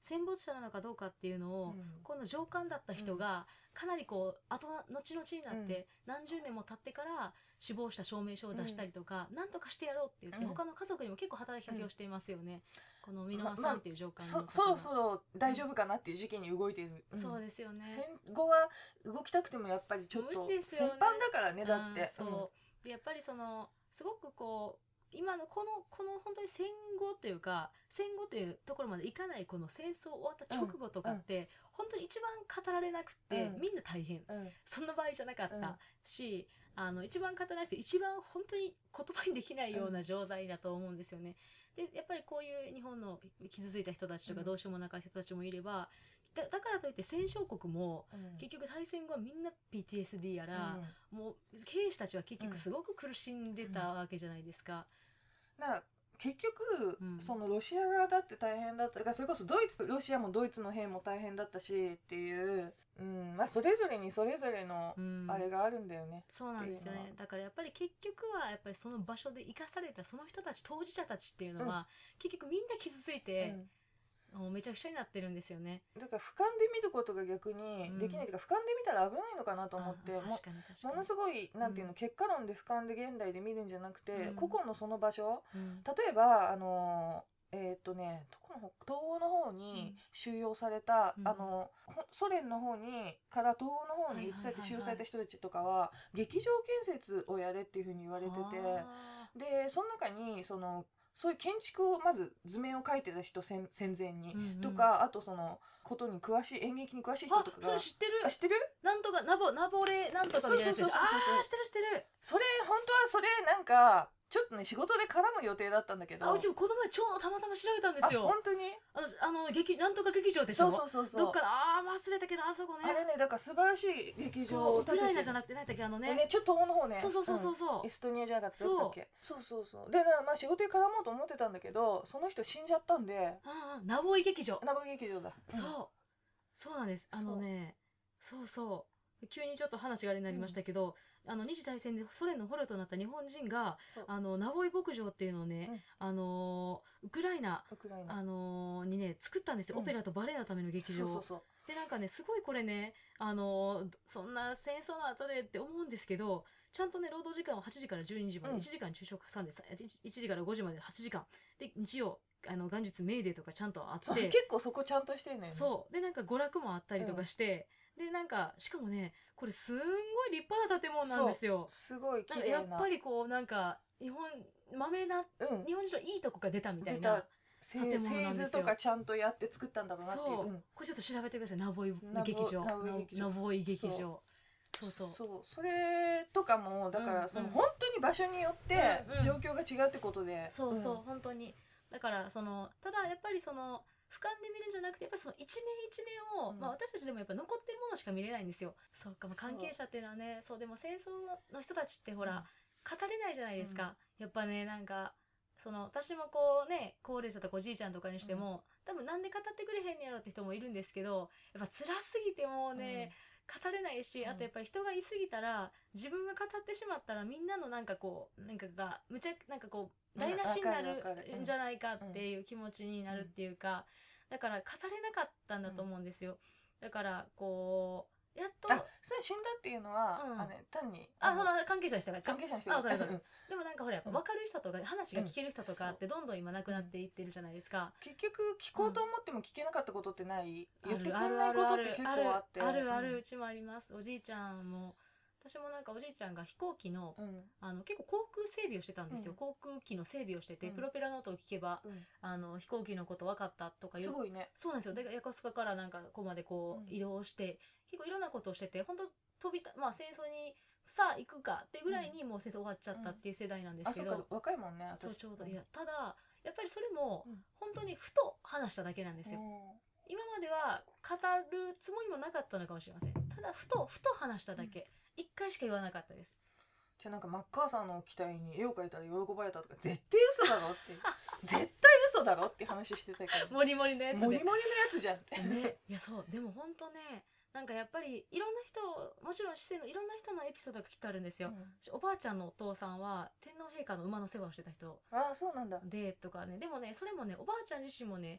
戦没者なのかどうかっていうのを、この上官だった人がかなりこう後々になって何十年も経ってから死亡した証明書を出したりとか、なんとかしてやろうって言って、他の家族にも結構働きかけをしていますよね、この箕輪さんっていう上官の方が、 そろそろ大丈夫かなっていう時期に動いてる、 そうですよね。 戦後は動きたくてもやっぱりちょっと戦犯だからね、だって、 でやっぱりそのすごくこう今のこの本当に戦後というか、戦後というところまでいかないこの戦争終わった直後とかって、本当に一番語られなくて、みんな大変、そんな場合じゃなかったし、一番語らなくて一番本当に言葉にできないような状態だと思うんですよね。でやっぱりこういう日本の傷ついた人たちとかどうしようもなかった人たちもいれば、だからといって戦勝国も、結局大戦後はみんな PTSD やら、もう兵士たちは結局すごく苦しんでたわけじゃないですか。 結局、そのロシア側だって大変だった。だからそれこそロシアもドイツの兵も大変だったしっていう、それぞれにそれぞれのあれがあるんだよね。 そうなんですよね。だからやっぱり結局はやっぱりその場所で生かされたその人たち、当事者たちっていうのは、結局みんな傷ついて、めちゃくちゃになってるんですよね。 だから俯瞰で見ることが逆にできないというか、俯瞰で見たら危ないのかなと思って、ものすごいなんていうの、結果論で俯瞰で現代で見るんじゃなくて、個々のその場所、例えばどこの東欧の方に収容された、ソ連の方から東欧の方に移されて収容された人たちとかは、劇場建設をやれっていうふうに言われてて、でその中にそういう建築をまず図面を描いてた人、戦前に、とか、あとそのことに詳しい、演劇に詳しい人とかが。 それ知ってる。 知ってる？ なんとかナボレなんとかみたいなやつでしょ。知ってる。 それ本当はそれなんかちょっとね仕事で絡む予定だったんだけど、 うちもこの前たまたま調べたんですよ。 本当に？ なんとか劇場でしょ。 そうどっか忘れたけど、あそこね。 あれね、だから素晴らしい劇場。 ウクライナじゃなくて何だっけ、 ちょっと東欧の方ね。 そうエストニアじゃなかったっけ。そうで仕事で絡もうと思ってたんだけど、その人死んじゃったんで。 ナボイ劇場だ。 そうなんです。急にちょっと話があれになりましたけど、二次大戦でソ連の捕虜となった日本人がナボイ牧場っていうのをね、ウクライナにね作ったんですよ、オペラとバレエのための劇場。でなんかね、すごいこれね、そんな戦争の後でって思うんですけど、ちゃんとね労働時間は8時から12時まで、1時間昼食挟んで1時から5時まで8時間で、日曜元日メーデーとかちゃんとあって、 結構そこちゃんとしてんね。 でなんか娯楽もあったりとかして、でなんかしかもね、これすんごい立派な建物なんですよ。 すごい綺麗な。 やっぱりこうなんか日本人のいいとこが出たみたいな建物なんですよ。 製図とかちゃんとやって作ったんだろうなっていう。 これちょっと調べてください。ナボイ劇場。ナボイ劇場。 それとかもだから本当に場所によって状況が違うってことで。 本当に。だからただやっぱり俯瞰で見るんじゃなくて、やっぱりその一面一面を、私たちでもやっぱ残ってるものしか見れないんですよ。そうか、関係者っていうのはね、でも戦争の人たちってほら、語れないじゃないですか。やっぱね、なんか私もこうね、高齢者とかおじいちゃんとかにしても、多分なんで語ってくれへんやろって人もいるんですけど、やっぱ辛すぎてもうね、語れないし、あとやっぱり人がいすぎたら、自分が語ってしまったらみんなのなんかこうなんかが台無しになるんじゃないかっていう気持ちになるっていうか、だから語れなかったんだと思うんですよ。だからこうやっとそれ死んだっていうのは、単に関係者の人がでもなんかほらやっぱ分かる人とか話が聞ける人とかってどんどん今なくなっていってるじゃないですか。 結局聞こうと思っても聞けなかったことってない？言ってくれないことって結構あって。 あるうちもあります。おじいちゃんも私もなんかおじいちゃんが飛行機の、結構航空整備をしてたんですよ。航空機の整備をしてて、プロペラの音を聞けば、飛行機のこと分かったとかすごいね。 そうなんですよ。で横須賀からなんかここまでこう移動して、結構いろんなことをしてて、本当戦争にさあ行くかってぐらいにもう戦争終わっちゃったっていう世代なんですけど、 そうか、若いもんね。 ちょうどただやっぱりそれも本当にふと話しただけなんですよ。今までは語るつもりもなかったのかもしれません。ただふと話しただけ。一回しか言わなかったです。 じゃあなんかマッカーサーの機体に絵を描いたら喜ばれたとか、絶対嘘だろって絶対嘘だろって話してたけど、 モリモリのやつで、 モリモリのやつじゃんってね。いやでも本当ね、なんかやっぱりいろんな人、もちろん市政のいろんな人のエピソードがきっとあるんですよ。おばあちゃんのお父さんは天皇陛下の馬の世話をしてた人そうなんだでとかね。でもね、それもね、おばあちゃん自身もね、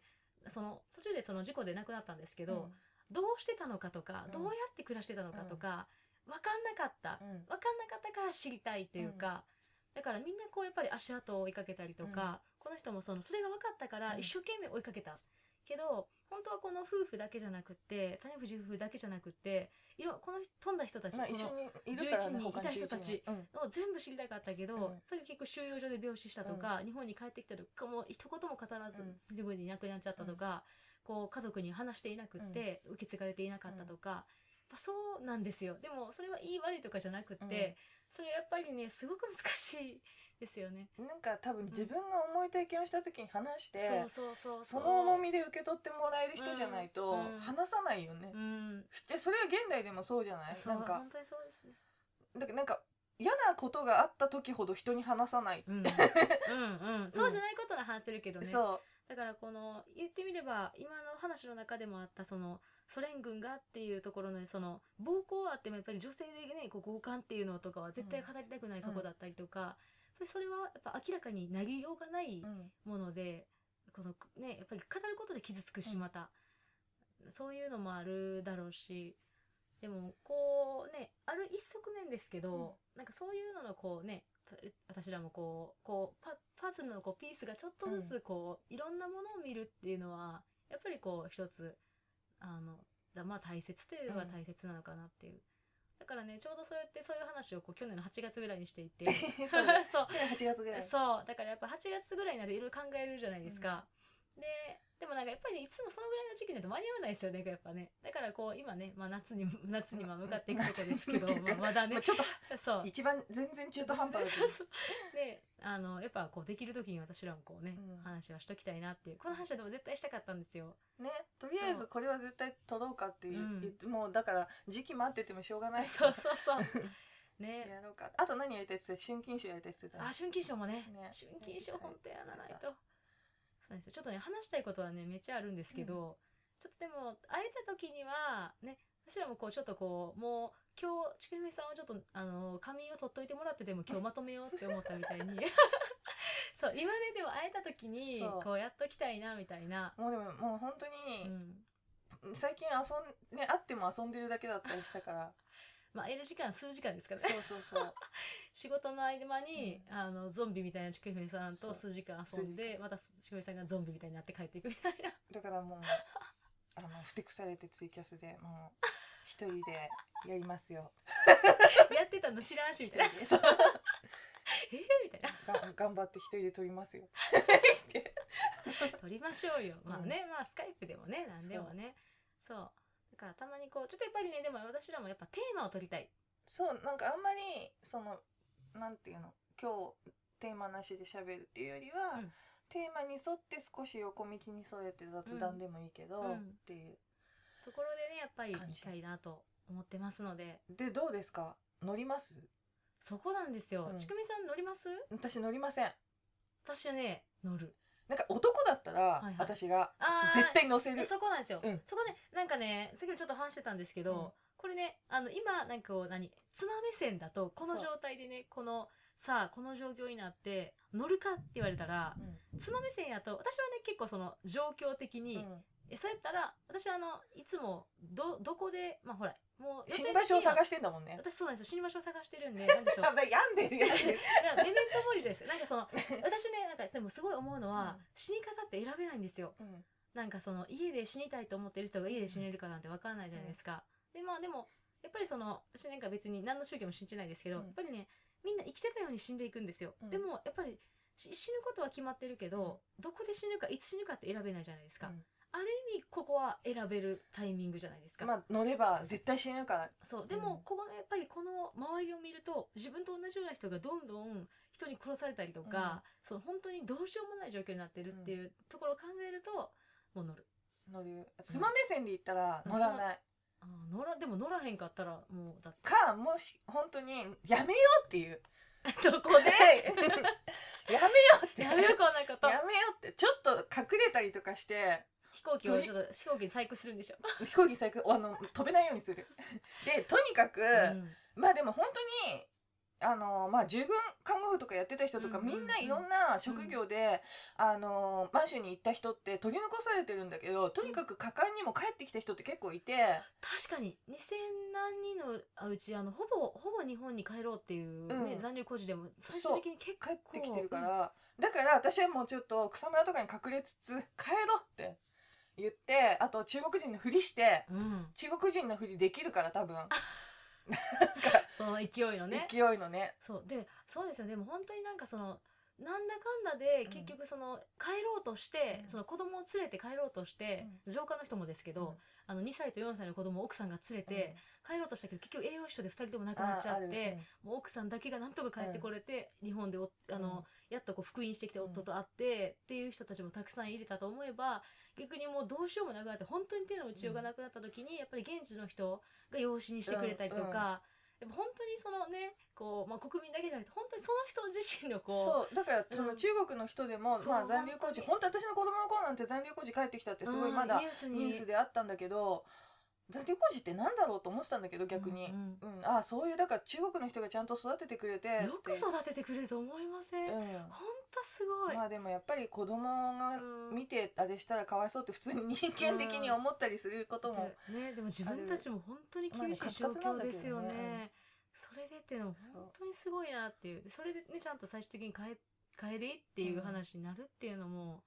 その途中でその事故で亡くなったんですけど、どうしてたのかとか、 うんどうやって暮らしてたのかとか、分かんなかったから知りたいっていうか、だからみんなこうやっぱり足跡を追いかけたりとか、この人もそれが分かったから一生懸命追いかけた、けど本当はこの夫婦だけじゃなくって谷藤夫婦だけじゃなくってこの飛んだ人たち、この一緒にいるからね、 11人いた人たちうんを全部知りたかったけど、やっぱり結局収容所で病死したとか、日本に帰ってきたとかもう一言も語らず、すぐにいなくなっちゃったとか、こう家族に話していなくって、受け継がれていなかったとか、やっぱそうなんですよ。でもそれはいい悪いとかじゃなくって、それやっぱりねすごく難しいですよね。 なんか多分自分が重い体験をした時に話して、その重みで受け取ってもらえる人じゃないと話さないよね、でそれは現代でもそうじゃない？なんか本当にそうですね。 だからなんか嫌なことがあった時ほど人に話さない、 そうじゃないことは話せるけどね。 そうだからこの言ってみれば今の話の中でもあったそのソ連軍がっていうところのその暴行はあってもやっぱり女性でねこう強姦っていうのとかは絶対語りたくない過去だったりとか、それはやっぱ明らかになりようがないもので、このねやっぱり語ることで傷つくし、またそういうのもあるだろうし、でもこうねある一側面ですけど、なんかそういうののこうね私らもこうパズルのこうピースがちょっとずつこう、いろんなものを見るっていうのはやっぱりこう一つまあ大切といえば大切なのかなっていう、だからねちょうどそうやってそういう話をこう去年の8月ぐらいにしていてそう8月ぐらいそうだからやっぱ8月ぐらいになっていろいろ考えるじゃないですか、でもなんかやっぱり、ね、いつもそのぐらいの時期になると間に合わないですよねやっぱね。だからこう今ね、夏に向かっていくところですけどまだね、 ちょっとそう一番全然中途半端だけどでやっぱこうできる時に私らもこうね、話はしときたいなっていう、この話はでも絶対したかったんですよね。とりあえずこれは絶対取ろうかって言って、もうだから時期待っててもしょうがないそうね、 やろうか。あと何やりたいって言ってた？春季賞やりたいって言ってた。 春季賞もね、春季賞本当やらないと。そうですよ。ちょっとね話したいことはねめっちゃあるんですけど、ちょっとでも会えた時にはね、私らもこうちょっとこうもう今日ちくみさんはちょっと仮眠を取っといてもらってでも今日まとめようって思ったみたいにそう今ねでも会えた時にこうやっときたいなみたいな。 もう本当に、最近会っても遊んでるだけだったりしたから会える時間数時間ですからね。 そう仕事の合間に、ゾンビみたいなちくひめさんと数時間遊んで、またちくひめさんがゾンビみたいになって帰っていくみたいな。 だからもうふてくされてツイキャスでもう一人でやりますよやってたの知らんしみたいなみたいな頑張って一人で撮りますよ撮りましょうよ、まあスカイプでもね何でもね、そうだからたまにこうちょっとやっぱりね、でも私らもやっぱテーマを取りたい。 そうなんかあんまりなんていうの今日テーマなしで喋るっていうよりは、テーマに沿って少し横道にそれて雑談でもいいけど、っていうところでねやっぱり行きたいなと思ってますので。 でどうですか？乗ります？ そこなんですよ。ちくみさん乗ります？ 私乗りません。 私はね乗る。 なんか男だったら、私が絶対乗せる。 そこなんですよ、そこねなんかねさっきもちょっと話してたんですけど、これね今なんかこう妻目線だとこの状態でねこの状況になって乗るかって言われたら、妻目線やと私はね結構その状況的に、そうやったら私はいつもどこでほらもう死に場所を探してんだもんね。 私そうなんですよ、死に場所を探してるんでなんでしょう病んでるやつメメントモリじゃないですか。なんか私ねなんかでもすごい思うのは、死に方って選べないんですよ、なんか家で死にたいと思ってる人が家で死ねるかなんてわからないじゃないですか、でもやっぱり私なんか別に何の宗教も信じないですけど、やっぱりねみんな生きてたように死んでいくんですよ、でもやっぱり死ぬことは決まってるけど、どこで死ぬかいつ死ぬかって選べないじゃないですか、ある意味ここは選べるタイミングじゃないですか。 乗れば絶対死ぬから。 そうでも、ここねやっぱりこの周りを見ると自分と同じような人がどんどん人に殺されたりとか、本当にどうしようもない状況になってるっていうところを考えると、もう乗る。 妻目線で言ったら乗らない。 でも乗らへんかったらもうだってもし本当にやめようっていうどこでやめようってやめようこんなことやめようってちょっと隠れたりとかして飛行機に細工するんでしょ飛行機細工飛べないようにするでとにかく、でも本当に従軍看護婦とかやってた人とか、みんないろんな職業で、満州に行った人って取り残されてるんだけど、とにかく果敢にも帰ってきた人って結構いて、 確かに2000何人のうちほぼ日本に帰ろうっていうね、残留孤児でも最終的に結構帰ってきてるから、だから私はもうちょっと草むらとかに隠れつつ帰ろうって言って、あと中国人のふりして、中国人のふりできるから多分なんかその勢いのね。そうですよ。でも本当になんかなんだかんだで結局帰ろうとして、その子供を連れて帰ろうとして、上官の人もですけど、2歳と4歳の子供を奥さんが連れて帰ろうとしたけど、結局栄養失調で2人とも亡くなっちゃって、もう奥さんだけがなんとか帰ってこれて、日本でやっと復員してきて夫と会ってっていう人たちもたくさん入れたと思えば、逆にもうどうしようもなくなって本当に手の打ちようがなくなった時に、やっぱり現地の人が養子にしてくれたりとか、やっぱ本当に国民だけじゃなくて本当にその人自身のそうだからその中国の人でも、残留孤児、本当私の子供の頃なんて残留孤児帰ってきたってすごいまだニュースであったんだけど、残留孤児ってなんだろうと思ってたんだけど、逆に、そういうだから中国の人がちゃんと育ててくれて、 よく育ててくれると思いません？本当すごい。 でもやっぱり子供が見てあれしたらかわいそうって普通に人間的に思ったりすることもね。でも自分たちも本当に厳しい状況ですよね。それでっていうのも本当にすごいなっていう。それでね、ちゃんと最終的に帰りっていう話になるっていうのも、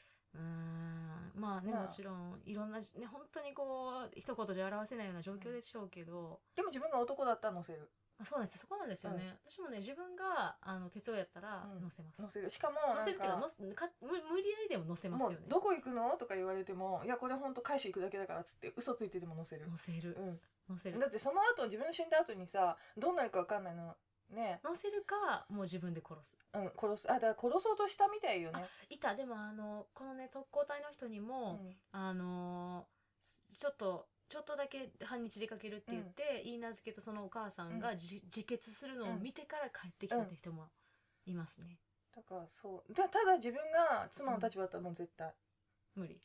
もちろんいろんなね、本当に一言じゃ表せないような状況でしょうけど、 でも自分が男だったら乗せる。 そうなんですよ。そこなんですよね。私もね、自分が鉄夫やったら乗せます。 乗せる。しかも乗せるけど無理やりでも乗せますよね。 もうどこ行くのとか言われても、いやこれ本当返し行くだけだからっつって嘘ついてても乗せる。 乗せる。 だってその後自分の死んだ後にさ、どうなるか分かんないのね。 乗せるかもう自分で殺す。 殺す。だから殺そうとしたみたいよね。 でもこのね特攻隊の人にも、ちょっとだけ半日出かけるって言って、言い名付けとそのお母さんが自決するのを見てから帰ってきたって人もいますね。 だからそうただ自分が妻の立場だったらもう絶対無理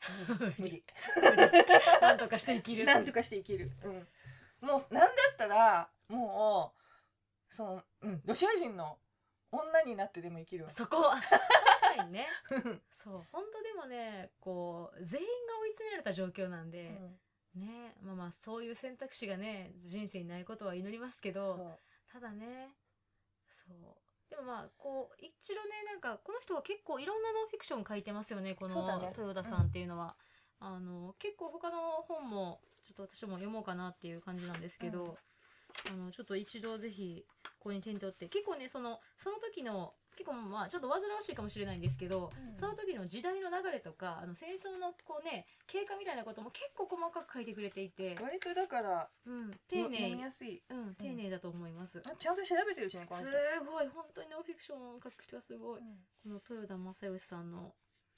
なんとかして生きる。もうなんだったらもうロシア人の女になってでも生きるわ。 そこ確かにねそう本当でもね全員が追い詰められた状況なんで、ね、そういう選択肢がね人生にないことは祈りますけど、ただねでも一度ね、なんかこの人は結構いろんなノンフィクション書いてますよね、この豊田さんっていうのは。結構他の本もちょっと私も読もうかなっていう感じなんですけど、ちょっと一度ぜひここに手に取って、結構ねその時の結構ちょっと煩わしいかもしれないんですけど、その時の時代の流れとか戦争の経過みたいなことも結構細かく書いてくれていて、 割とだから丁寧、 読みやすい、 丁寧だと思います。 ちゃんと調べてるしね、この人。 すごい本当にノンフィクションを書く人はすごい、この豊田正義さんの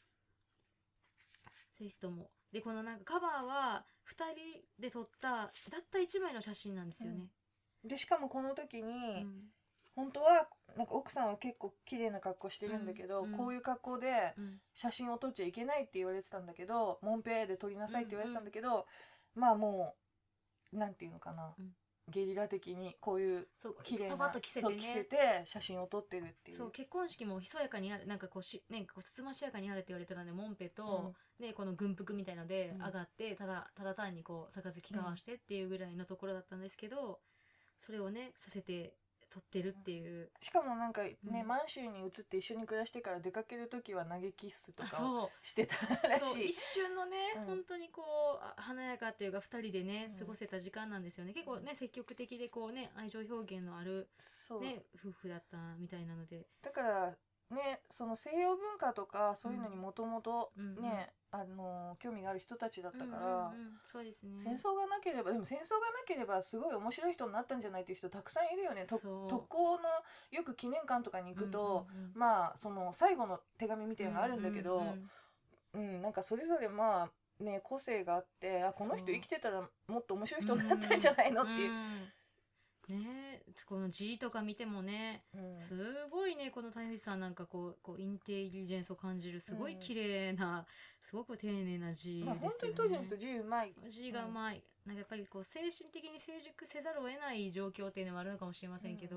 ぜひとも。でこのなんかカバーは2人で撮ったたった1枚の写真なんですよね。 でしかもこの時に、本当はなんか奥さんは結構綺麗な格好してるんだけど、こういう格好で写真を撮っちゃいけないって言われてたんだけど、モンペイで撮りなさいって言われてたんだけど、もうなんていうのかな、ゲリラ的にこういう綺麗な着せて写真を撮ってるっていう。 結婚式もひそやかにある、なんかつつましやかにあるって言われてたんで、モンペと、この軍服みたいので上がって、ただ単に杯交わしてっていうぐらいのところだったんですけど、それをねさせて撮ってるっていう。 しかもなんかね、満州に移って一緒に暮らしてから出かける時は投げキッスとかをしてたらしい。 一瞬のね、本当に華やかっていうか2人でね過ごせた時間なんですよね。結構ね積極的で愛情表現のあるね夫婦だったみたいなので、 だからね、その西洋文化とかそういうのにもともとね、興味がある人たちだったから、 そうですね。 戦争がなければ、でも戦争がなければすごい面白い人になったんじゃないっていう人たくさんいるよね。特攻のよく記念館とかに行くと、その最後の手紙みたいなのがあるんだけど、なんかそれぞれね個性があって、この人生きてたらもっと面白い人になったんじゃないのっていう。 ね、この字とか見てもね、すごいね、この谷口さんなんかインテリジェンスを感じるすごい綺麗な、すごく丁寧な字ですよね。 本当に当時の人字うまい。 字がうまい。なんかやっぱり精神的に成熟せざるを得ない状況っていうのもあるのかもしれませんけど、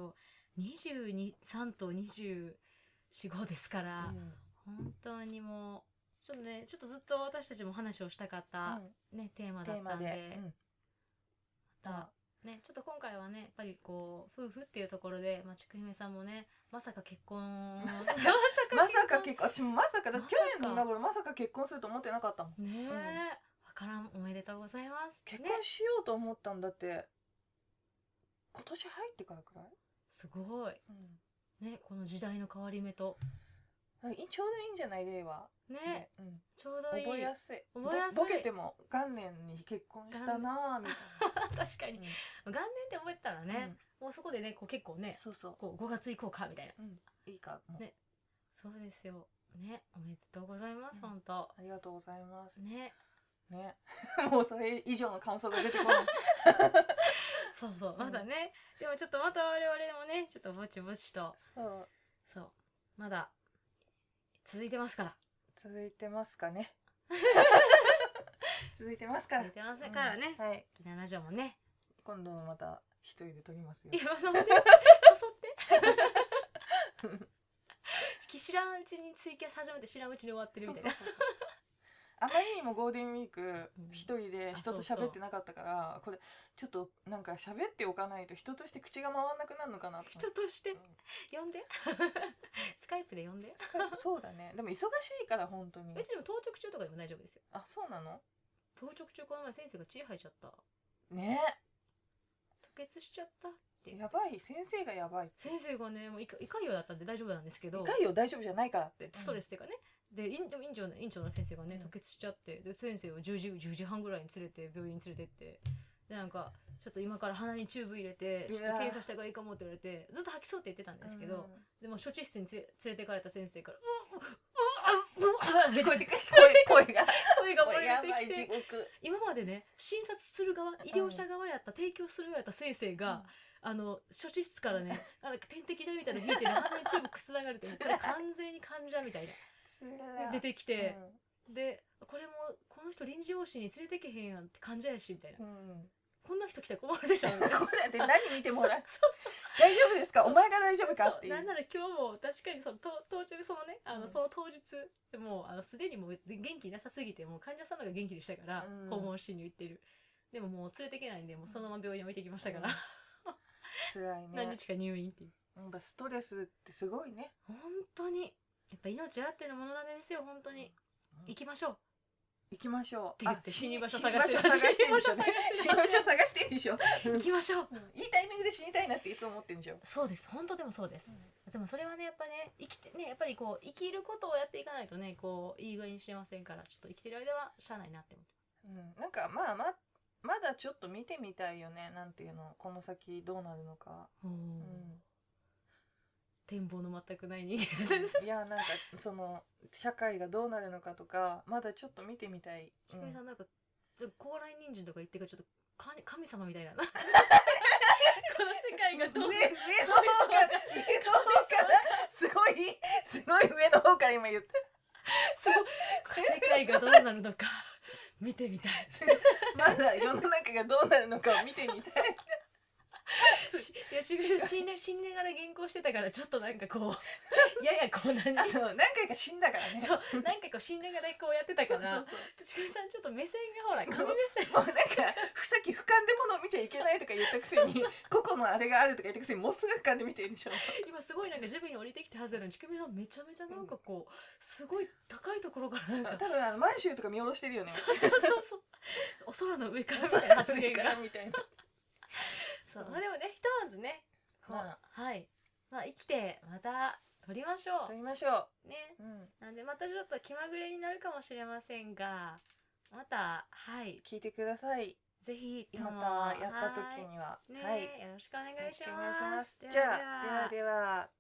23と24、5ですから、本当にもうちょっとずっと私たちも話をしたかったね、テーマだったんで、またね、ちょっと今回はね、やっぱりこう夫婦っていうところで、ちくひめさんもね、まさか結婚まさか結婚、私もまさかだ、去年の今頃まさか結婚すると思ってなかったもんね。わからん。おめでとうございます。 結婚しようと思ったんだって今年入ってからくらい。 すごいね、この時代の変わり目とちょうどいいんじゃない、令和ね、ちょうどいい、 覚えやすい。ボケても元年に結婚したなみたいな確かに、元年って覚えてたらね、もうそこでね、こう結構ね、こう5月行こうかみたいな、 いいかもね。そうですよね。おめでとうございます。本当ありがとうございますね。 もうそれ以上の感想が出てこないそうまだね、でもちょっとまた我々もね、ちょっとぼちぼちとそうまだ続いてますから。 続いてますかね続いてますから。 続いてますからね。 はい。 キナラジオもね。 今度また一人で撮りますよ。 今ので誘って知らんうちにツイキャス始めて知らんうちに終わってるみたいな。 あまりにもゴールデンウィーク一人で人と喋ってなかったから、これちょっとなんか喋っておかないと人として口が回らなくなるのかなと。 人として呼んでスカイプで呼んで。 そうだね。でも忙しいから本当に。 うちでも当直中とかでも大丈夫ですよ。 あ、そうなの？ 当直中この前先生が血吐いちゃったね。 吐血しちゃったって。 やばい、先生がやばい。 先生がね、もう胃潰瘍だったんで大丈夫なんですけど、 胃潰瘍大丈夫じゃないからってストレスっていうかね。で院長の先生がね、吐血しちゃって、で先生を10時半ぐらいに連れて病院に連れてって、でなんかちょっと今から鼻にチューブ入れてちょっと検査した方がいいかもって言われて、ずっと吐きそうって言ってたんですけど、でも処置室に連れてかれた先生から声が漏れてきて、今までね、診察する側、医療者側やった提供する側やった先生が、処置室からね、点滴台みたいなの引いて、鼻にチューブくす流れて、これ完全に患者みたいな出てきて、でこれもこの人臨時養子に連れてけへんやんって患者やしみたいな、こんな人来たら困るでしょみたいな。 これで何見てもらう大丈夫ですか、お前が大丈夫かっていう。 なんなら今日も確かにその当中そのね、その当日でもすでにもう別に元気なさすぎて、もう患者さんのが元気でしたから、訪問しに行ってる。でももう連れてけないんで、もうそのまま病院置いてきましたから、 辛いね。 何日か入院っていう。 やっぱストレスってすごいね。 本当にやっぱ命あってのものなんですよ。本当に行きましょう。 行きましょう。 って言って死に場所探してんでしょ。死に場所探してんでしょ。 行きましょう。 いいタイミングで死にたいなっていつも思ってんでしょ。 そうです。本当でもそうです。でもそれはね、やっぱね、生きてね、やっぱりこう生きることをやっていかないとね、こういい具合にしてませんから、ちょっと生きてる間はしゃあないなって思ってます。 なんかまだちょっと見てみたいよね。なんていうの、この先どうなるのか。 展望の全くない人間。いや、なんかその社会がどうなるのかとか、まだちょっと見てみたい。 ひめさんなんか高麗人参とか言ってからちょっと神様みたいな。この世界がどう上の方からすごい上の方から今言って。 世界がどうなるのか見てみたい。 まだ世の中がどうなるのかを見てみたい。 いや死にながら原稿してたから、ちょっとなんかこうややこう何回か死んだからね。 そう何回か死にながらこうやってたから、ちくみさんちょっと目線がほら神目線、 もうなんかさっき俯瞰でものを見ちゃいけないとか言ったくせに個々のあれがあるとか言ったくせにもうすぐ俯瞰で見てるんでしょ。 今すごいなんかジムに降りてきてはずなのに、ちくみさんめちゃめちゃなんかこうすごい高いところからなんか多分満州とか見下ろしてるよね。 そうお空の上からみたいな発言がみたいな。 そう、でもね、ひとまずね、はい生きてまた撮りましょうね。なんでまたちょっと気まぐれになるかもしれませんが、また聞いてください。 ぜひまたやった時にはね、よろしくお願いします。 じゃあでは